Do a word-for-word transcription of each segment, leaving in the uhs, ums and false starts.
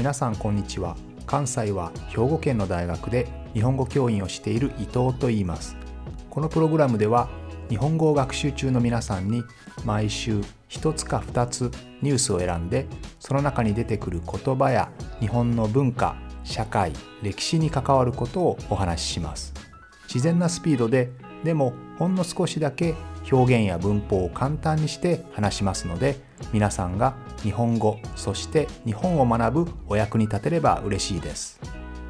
皆さんこんにちは。関西は兵庫県の大学で日本語教員をしている伊藤と言います。このプログラムでは日本語を学習中の皆さんに毎週ひとつかふたつニュースを選んで、その中に出てくる言葉や日本の文化、社会、歴史に関わることをお話しします。自然なスピードで、でもほんの少しだけ表現や文法を簡単にして話しますので、皆さんが日本語、そして日本を学ぶお役に立てれば嬉しいです。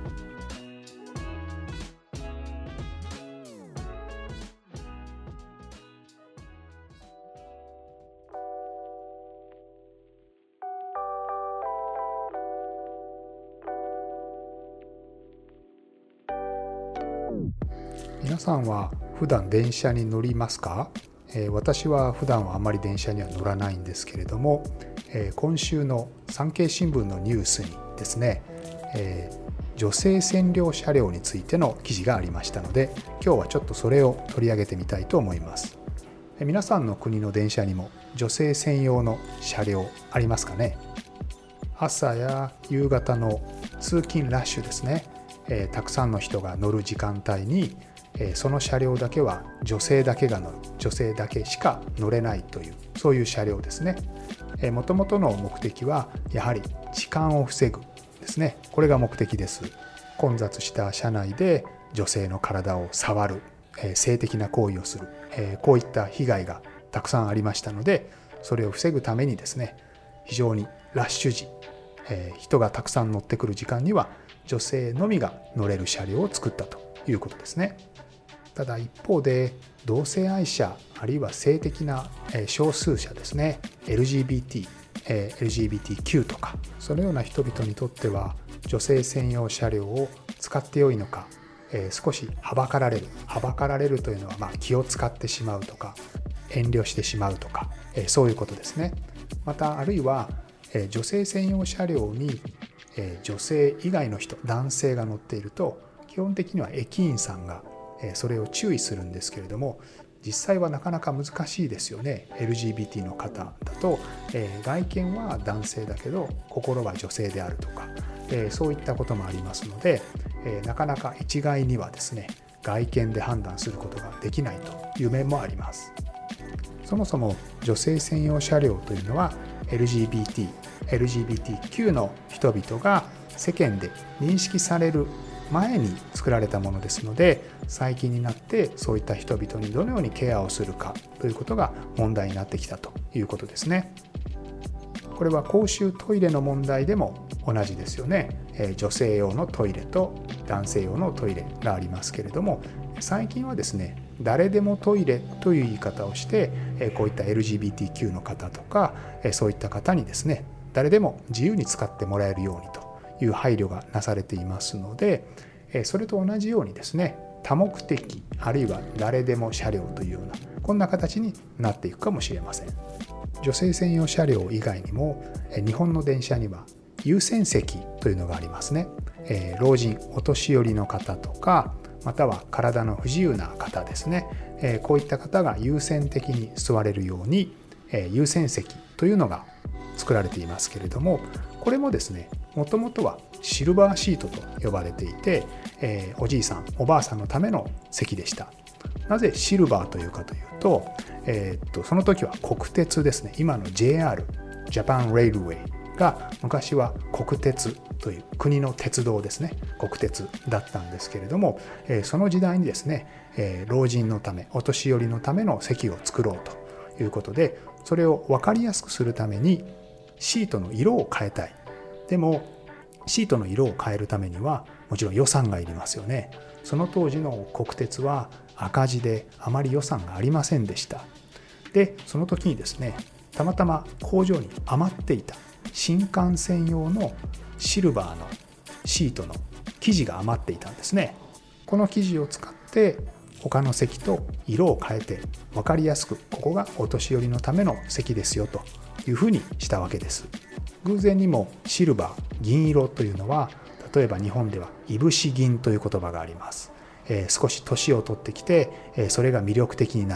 皆さんは普段電車に乗りますか？えー、私は普段はあまり電車には乗らないんですけれども、えー、今週の産経新聞のニュースにですね、えー、女性専用車両についての記事がありましたので、今日はちょっとそれを取り上げてみたいと思います。えー、皆さんの国の電車にも女性専用の車両ありますかね？朝や夕方の通勤ラッシュですね、えー、たくさんの人が乗る時間帯にその車両だけは女性だけが乗る、女性だけしか乗れないという、そういう車両ですね。もともとの目的はやはり痴漢を防ぐですね。これが目的です。混雑した車内で女性の体を触る、性的な行為をする、こういった被害がたくさんありましたので、それを防ぐためにですね、非常にラッシュ時、人がたくさん乗ってくる時間には女性のみが乗れる車両を作ったということですね。ただ一方で同性愛者あるいは性的な少数者ですね、 エルジービーティー、エルジービーティーキュー とかそのような人々にとっては女性専用車両を使ってよいのか、少しはばかられるはばかられるというのはまあ気を使ってしまうとか遠慮してしまうとか、そういうことですね。またあるいは女性専用車両に女性以外の人、男性が乗っていると基本的には駅員さんがそれを注意するんですけれども、実際はなかなか難しいですよね。 エルジービーティー の方だと、えー、外見は男性だけど心は女性であるとか、えー、そういったこともありますので、えー、なかなか一概にはですね外見で判断することができないという面もあります。そもそも女性専用車両というのは エルジービーティー、エルジービーティーキュー の人々が世間で認識される前に作られたものですので、最近になってそういった人々にどのようにケアをするかということが問題になってきたということですね。これは公衆トイレの問題でも同じですよね。女性用のトイレと男性用のトイレがありますけれども、最近はですね誰でもトイレという言い方をして、こういった エルジービーティーキュー の方とかそういった方にですね誰でも自由に使ってもらえるようにという配慮がなされていますので、それと同じようにですね多目的あるいは誰でも車両というようなこんな形になっていくかもしれません。女性専用車両以外にも日本の電車には優先席というのがありますね。老人、お年寄りの方とかまたは体の不自由な方ですね、こういった方が優先的に座れるように優先席というのが作られていますけれども、これもですねもともとはシルバーシートと呼ばれていて、えー、おじいさんおばあさんのための席でした。なぜシルバーというかというと、えー、っとその時は国鉄ですね。今の ジェイアール ジャパンレールウェイが昔は国鉄という国の鉄道ですね、国鉄だったんですけれども、えー、その時代にですね、えー、老人のためお年寄りのための席を作ろうということで、それを分かりやすくするためにシートの色を変えたい。でもシートの色を変えるためにはもちろん予算がいりますよね。その当時の国鉄は赤字であまり予算がありませんでした。でその時にですねたまたま工場に余っていた新幹線用のシルバーのシートの生地が余っていたんですね。この生地を使って他の席と色を変えて分かりやすくここがお年寄りのための席ですよというふうにしたわけです。偶然にもシルバー、銀色というのは例えば日本ではいぶし銀という言葉があります。えー、少し年を取ってきて、えー、それが魅力的になる、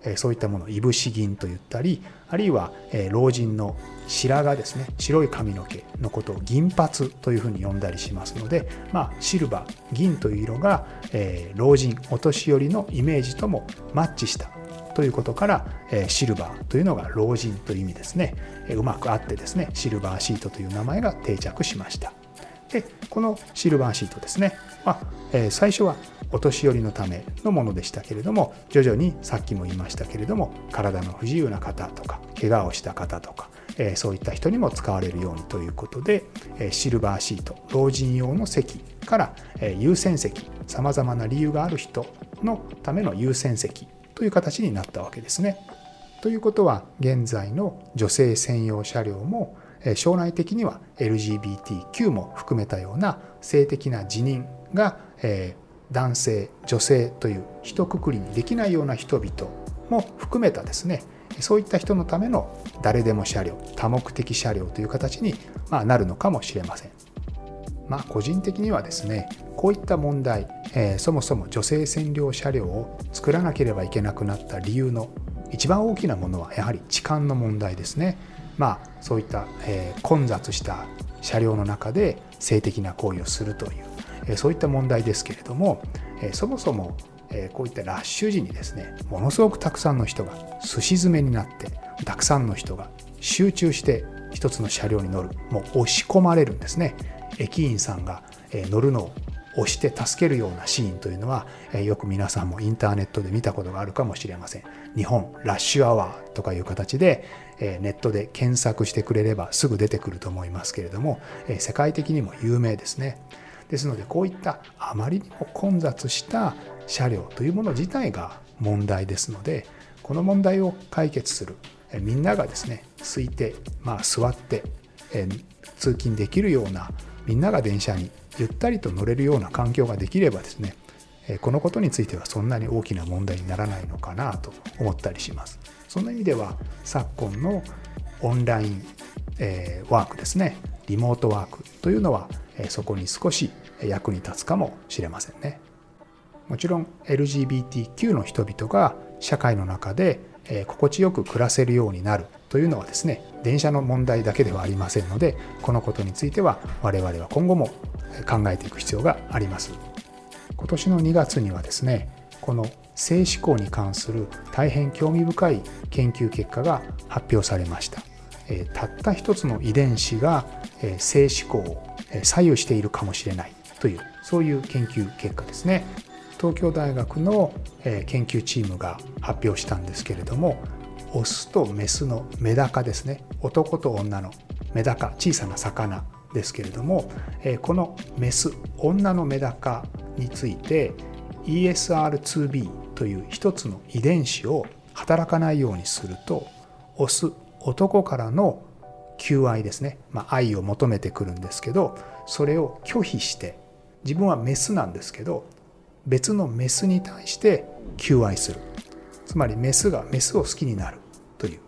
そういったものをいぶし銀と言ったり、あるいは老人の白髪ですね、白い髪の毛のことを銀髪というふうに呼んだりしますので、まあ、シルバー、銀という色が老人、お年寄りのイメージともマッチしたということから、シルバーというのが老人という意味ですね、うまく合ってですね、シルバーシートという名前が定着しました。で、このシルバーシートですね、まあえー、最初はお年寄りのためのものでしたけれども、徐々にさっきも言いましたけれども、体の不自由な方とか怪我をした方とか、えー、そういった人にも使われるようにということで、えー、シルバーシート、老人用の席から、えー、優先席、さまざまな理由がある人のための優先席という形になったわけですね。ということは、現在の女性専用車両も将来的には エルジービーティーキュー も含めたような性的な自認が男性女性という一括りにできないような人々も含めたですね、そういった人のための誰でも車両、多目的車両という形になるのかもしれません。まあ個人的にはですね、こういった問題、えー、そもそも女性専用車両を作らなければいけなくなった理由の一番大きなものはやはり痴漢の問題ですね。まあ、そういった、えー、混雑した車両の中で性的な行為をするという、えー、そういった問題ですけれども、えー、そもそも、えー、こういったラッシュ時にですね、ものすごくたくさんの人がすし詰めになって、たくさんの人が集中して一つの車両に乗る、もう押し込まれるんですね。駅員さんが、えー、乗るのを押して助けるようなシーンというのは、えー、よく皆さんもインターネットで見たことがあるかもしれません。日本ラッシュアワーとかいう形で、えー、ネットで検索してくれればすぐ出てくると思いますけれども、えー、世界的にも有名ですね。ですので、こういったあまりにも混雑した車両というもの自体が問題ですので、この問題を解決する、えー、みんながですね、空いて、まあ、座って、えー、通勤できるような、みんなが電車にゆったりと乗れるような環境ができればですね、このことについてはそんなに大きな問題にならないのかなと思ったりします。その意味では昨今のオンラインワークですね、リモートワークというのはそこに少し役に立つかもしれませんね。もちろん エルジービーティーキュー の人々が社会の中で心地よく暮らせるようになるというのはですね、電車の問題だけではありませんので、このことについては我々は今後も考えていく必要があります。今年のにがつにはですね、この性思考に関する大変興味深い研究結果が発表されました。たった一つの遺伝子が性思考を左右しているかもしれないという、そういう研究結果ですね。東京大学の研究チームが発表したんですけれども、オスとメスのメダカですね、男と女のメダカ、小さな魚ですけれども、このメス、女のメダカについて イーエスアールツービー という一つの遺伝子を働かないようにすると、オス、男からの求愛ですね、まあ、愛を求めてくるんですけど、それを拒否して、自分はメスなんですけど別のメスに対して求愛する、つまりメスがメスを好きになるという、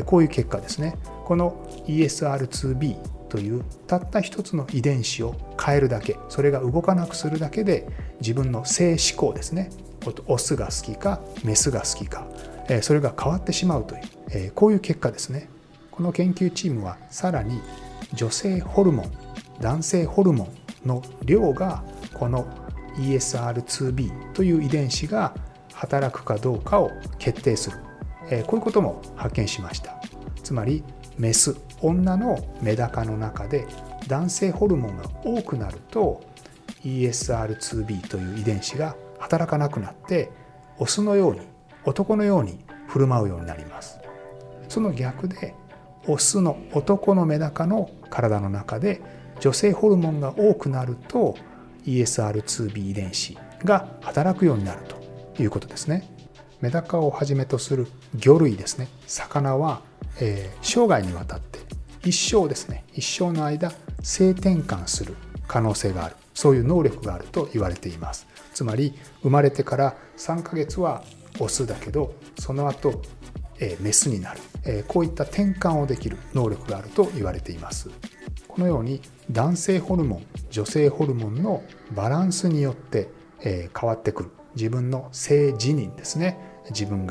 こういう結果ですね。この イーエスアールツービー というたった一つの遺伝子を変えるだけ、それが動かなくするだけで、自分の性思考ですね、オスが好きかメスが好きか、それが変わってしまうという、こういう結果ですね。この研究チームはさらに女性ホルモン、男性ホルモンの量がこの イーエスアールツービー という遺伝子が働くかどうかを決定する、こういうことも発見しました。つまりメス、女のメダカの中で男性ホルモンが多くなると イーエスアールツービー という遺伝子が働かなくなって、オスのように、男のように振る舞うようになります。その逆で、オスの男のメダカの体の中で女性ホルモンが多くなると イーエスアールツービー 遺伝子が働くようになるということですね。メダカをはじめとする魚類ですね、魚は、えー、生涯にわたって一生ですね、一生の間性転換する可能性がある、そういう能力があると言われています。つまり生まれてからさんかげつはオスだけど、その後、えー、メスになる、えー、こういった転換をできる能力があると言われています。このように男性ホルモン、女性ホルモンのバランスによって、えー、変わってくる自分の性自認ですね、自分が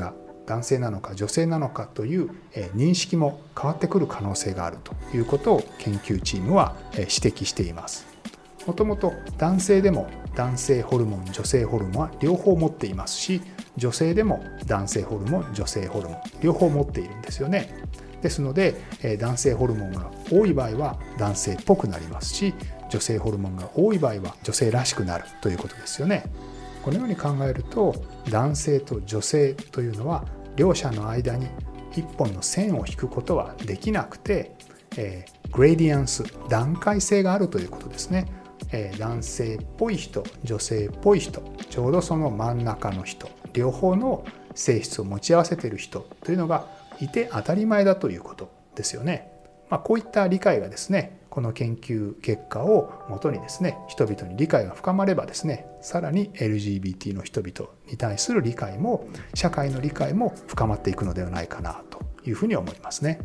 男性なのか女性なのかという認識も変わってくる可能性があるということを研究チームは指摘しています。もともと男性でも男性ホルモン、女性ホルモンは両方持っていますし、女性でも男性ホルモン、女性ホルモン両方持っているんですよね。ですので男性ホルモンが多い場合は男性っぽくなりますし、女性ホルモンが多い場合は女性らしくなるということですよね。このように考えると、男性と女性というのは両者の間に一本の線を引くことはできなくて、えー、グレディアンス、段階性があるということですね。えー、男性っぽい人、女性っぽい人、ちょうどその真ん中の人、両方の性質を持ち合わせている人というのがいて当たり前だということですよね。まあ、こういった理解がですね、この研究結果をもとにですね、人々に理解が深まればですね、さらに エルジービーティー の人々に対する理解も、社会の理解も深まっていくのではないかなというふうに思いますね。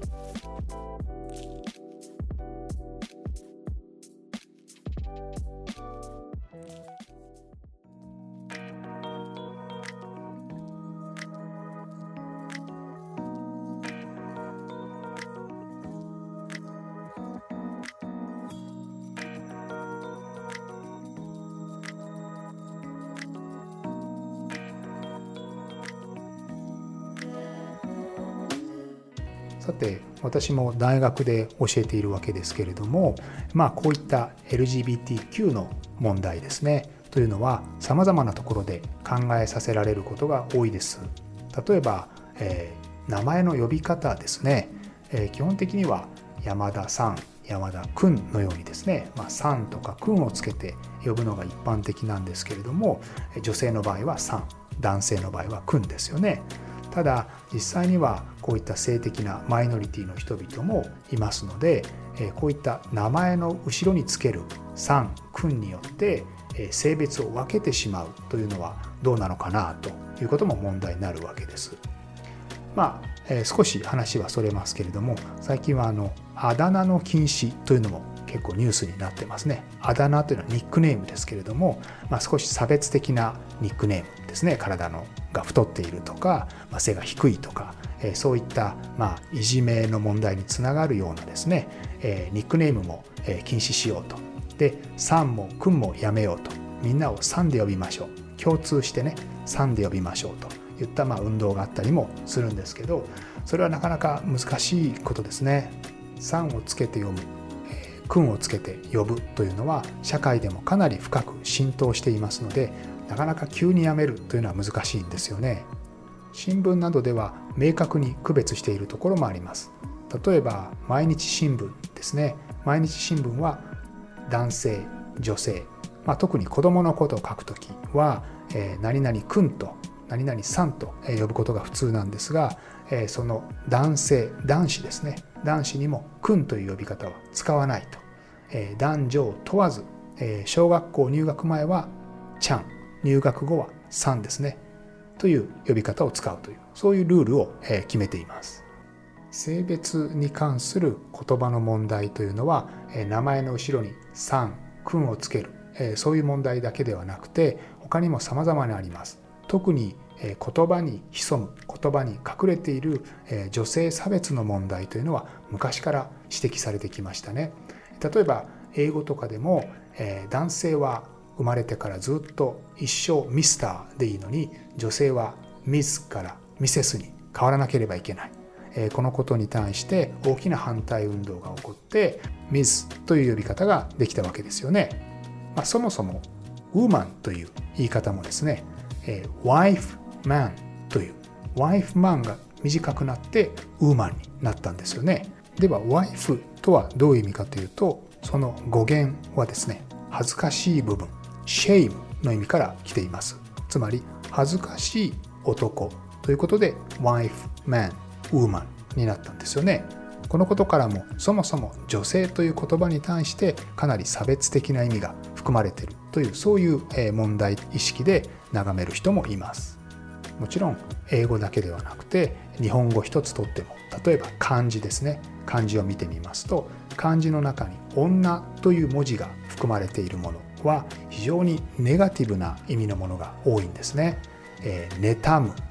さて、私も大学で教えているわけですけれども、まあこういった エルジービーティーキュー の問題ですねというのはさまざまなところで考えさせられることが多いです。例えば、えー、名前の呼び方ですね、えー、基本的には山田さん、山田くんのようにですね、まあ、さんとかくんをつけて呼ぶのが一般的なんですけれども、女性の場合はさん、男性の場合はくんですよね。ただ実際にはこういった性的なマイノリティの人々もいますので、こういった名前の後ろにつけるさん、くんによって性別を分けてしまうというのはどうなのかなということも問題になるわけです。まあ、えー、少し話はそれますけれども、最近はあのあだ名の禁止というのも結構ニュースになってますね。あだ名というのはニックネームですけれども、まあ、少し差別的なニックネームですね。体のが太っているとか、まあ、背が低いとか、えー、そういった、まあ、いじめの問題につながるようなですね、えー、ニックネームも、えー、禁止しようと。で、さんもくんもやめようと。みんなをさんで呼びましょう。共通してね、さんで呼びましょうといったまあ運動があったりもするんですけど、それはなかなか難しいことですね。さんをつけて読む、えー、くんをつけて呼ぶというのは社会でもかなり深く浸透していますので、なかなか急にやめるというのは難しいんですよね。新聞などでは明確に区別しているところもあります。例えば毎日新聞ですね。毎日新聞は男性、女性、まあ、特に子どものことを書くときは、えー、何々くんと何々さんと呼ぶことが普通なんですが、えー、その男性、男子ですね。男子にもくんという呼び方は使わないと。えー、男女を問わず、えー、小学校入学前はちゃん、入学後はさんですね。という呼び方を使うという、そういうルールを決めています。性別に関する言葉の問題というのは、名前の後ろにさん、くんをつける、そういう問題だけではなくて、他にも様々にあります。特に言葉に潜む、言葉に隠れている女性差別の問題というのは昔から指摘されてきましたね。例えば英語とかでも、男性は生まれてからずっと一生ミスターでいいのに、女性はミスからミセスに変わらなければいけない。このことに対して大きな反対運動が起こって、ミスという呼び方ができたわけですよね。まあ、そもそもウーマンという言い方もですね、ワイフマンというワイフマンが短くなってウーマンになったんですよね。ではワイフとはどういう意味かというと、その語源はですね、恥ずかしい部分、シェイムの意味から来ています。つまり恥ずかしい男ということでワイフマンウーマンになったんですよね。このことからも、そもそも女性という言葉に対してかなり差別的な意味が含まれているという、そういう問題意識で眺める人もいます。もちろん英語だけではなくて、日本語一つとっても、例えば漢字ですね。漢字を見てみますと、漢字の中に女という文字が含まれているものは非常にネガティブな意味のものが多いんですね。えー、妬む、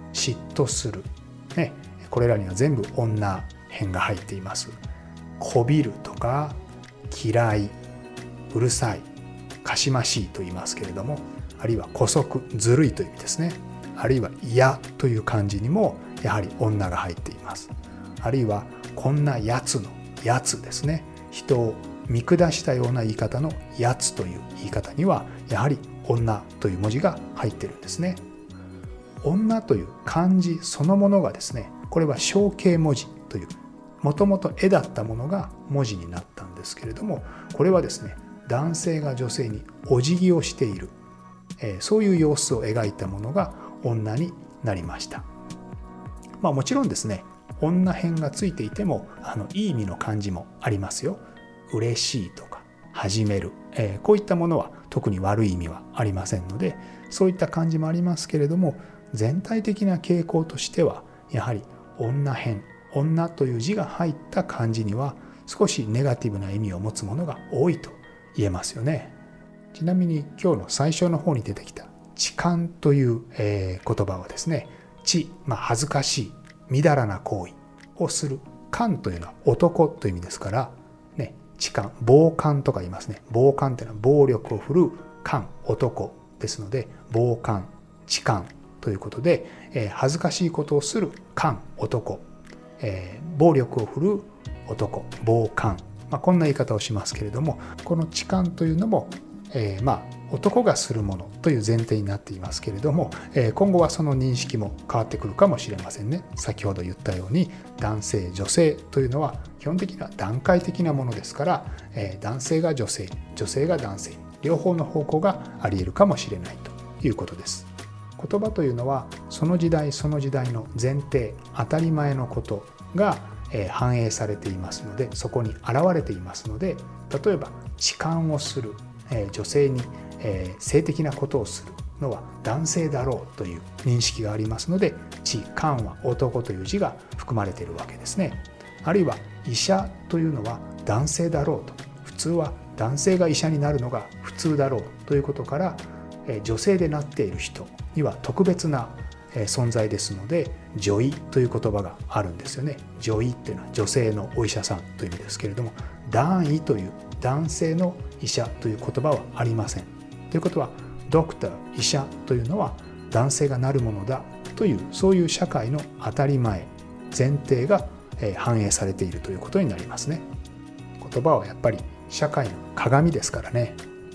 嫉妬する、ね、これらには全部女編が入っています。こびるとか嫌い、うるさい、かしましいと言いますけれども、あるいは姑息、ずるいという意味ですね。あるいは嫌という漢字にもやはり女が入っています。あるいはこんなやつのやつですね。人を見下したような言い方のやつという言い方にはやはり女という文字が入っているんですね。女という漢字そのものがですね、これは象形文字というもともと絵だったものが文字になったんですけれども、これはですね、男性が女性にお辞儀をしている、えー、そういう様子を描いたものが女になりました。まあもちろんですね、女編がついていてもあのいい意味の漢字もありますよ。嬉しいとか始める、えー、こういったものは特に悪い意味はありませんので、そういった漢字もありますけれども、全体的な傾向としてはやはり女編、女という字が入った漢字には少しネガティブな意味を持つものが多いと言えますよね。ちなみに今日の最初の方に出てきた痴漢という、えー、言葉はですね、痴、まあ、恥ずかしい、みだらな行為をする。漢というのは男という意味ですから、ね、痴漢、暴漢とか言いますね。暴漢というのは暴力を振るう漢、男ですので、暴漢、痴漢ということで、えー、恥ずかしいことをする漢、男、えー、暴力を振るう男、暴漢、まあ、こんな言い方をしますけれども、この痴漢というのも、えー、まあ男がするものという前提になっていますけれども、えー、今後はその認識も変わってくるかもしれませんね。先ほど言ったように男性女性というのは基本的には段階的なものですから、えー、男性が女性、女性が男性、両方の方向があり得るかもしれないということです。言葉というのはその時代その時代の前提、当たり前のことが反映されていますので、そこに現れていますので、例えば痴漢をする女性に性的なことをするのは男性だろうという認識がありますので、痴漢は男という字が含まれているわけですね。あるいは医者というのは男性だろうと、普通は男性が医者になるのが普通だろうということから、女性でなっている人には特別な存在ですので、女医という言葉があるんですよね。女医というのは女性のお医者さんという意味ですけれども、男医という男性の医者という言葉はありません。ということはドクター、医者というのは男性がなるものだという、そういう社会の当たり前、前提が反映されているということになりますね。言葉はやっぱり社会の鏡ですからね。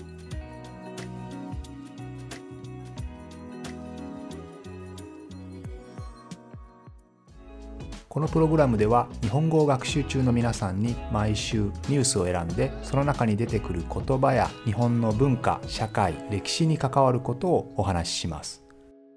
このプログラムでは日本語を学習中の皆さんに毎週ニュースを選んで、その中に出てくる言葉や日本の文化、社会、歴史に関わることをお話しします。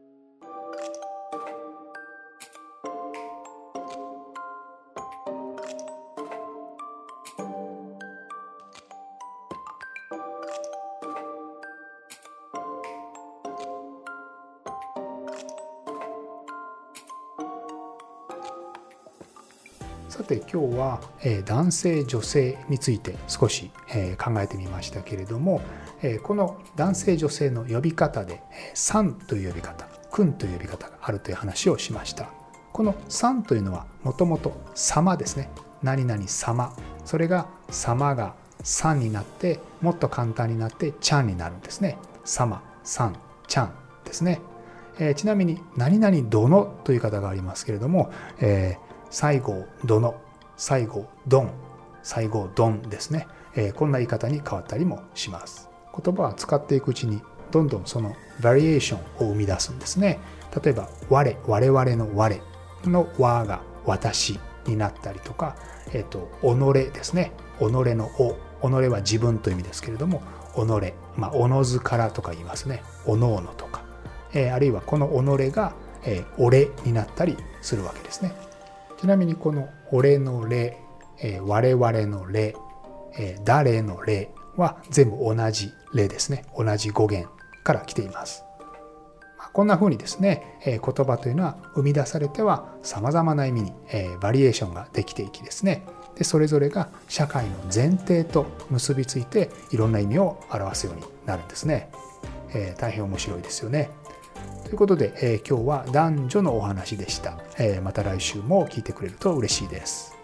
さて今日は、えー、男性女性について少し、えー、考えてみましたけれども、えー、この男性女性の呼び方で、えー、さんという呼び方、君という呼び方があるという話をしました。このさんというのはもともと様ですね。何々様。それが様がさんになって、もっと簡単になってちゃんになるんですね。様、さん、ちゃんですね。えー、ちなみに何々殿という方がありますけれども、えー西郷殿、西郷ドン、西郷ドンですね、えー、こんな言い方に変わったりもします。言葉は使っていくうちにどんどんそのバリエーションを生み出すんですね。例えば我、我々の我の和が私になったりとか、えっと己ですね、己のお、己は自分という意味ですけれども、己、まあおのずからとか言いますね、おのおのとか、えー、あるいはこの己が、えー、俺になったりするわけですね。ちなみにこの俺のれ、えー、我々のれ、えー、誰のれは全部同じれですね。同じ語源から来ています。まあ、こんな風にですね、えー、言葉というのは生み出されては様々な意味に、えー、バリエーションができていきですね。で、それぞれが社会の前提と結びついていろんな意味を表すようになるんですね。えー、大変面白いですよね。 ということで、えー、今日は男女のお話でした。えー、また来週も聞いてくれると嬉しいです。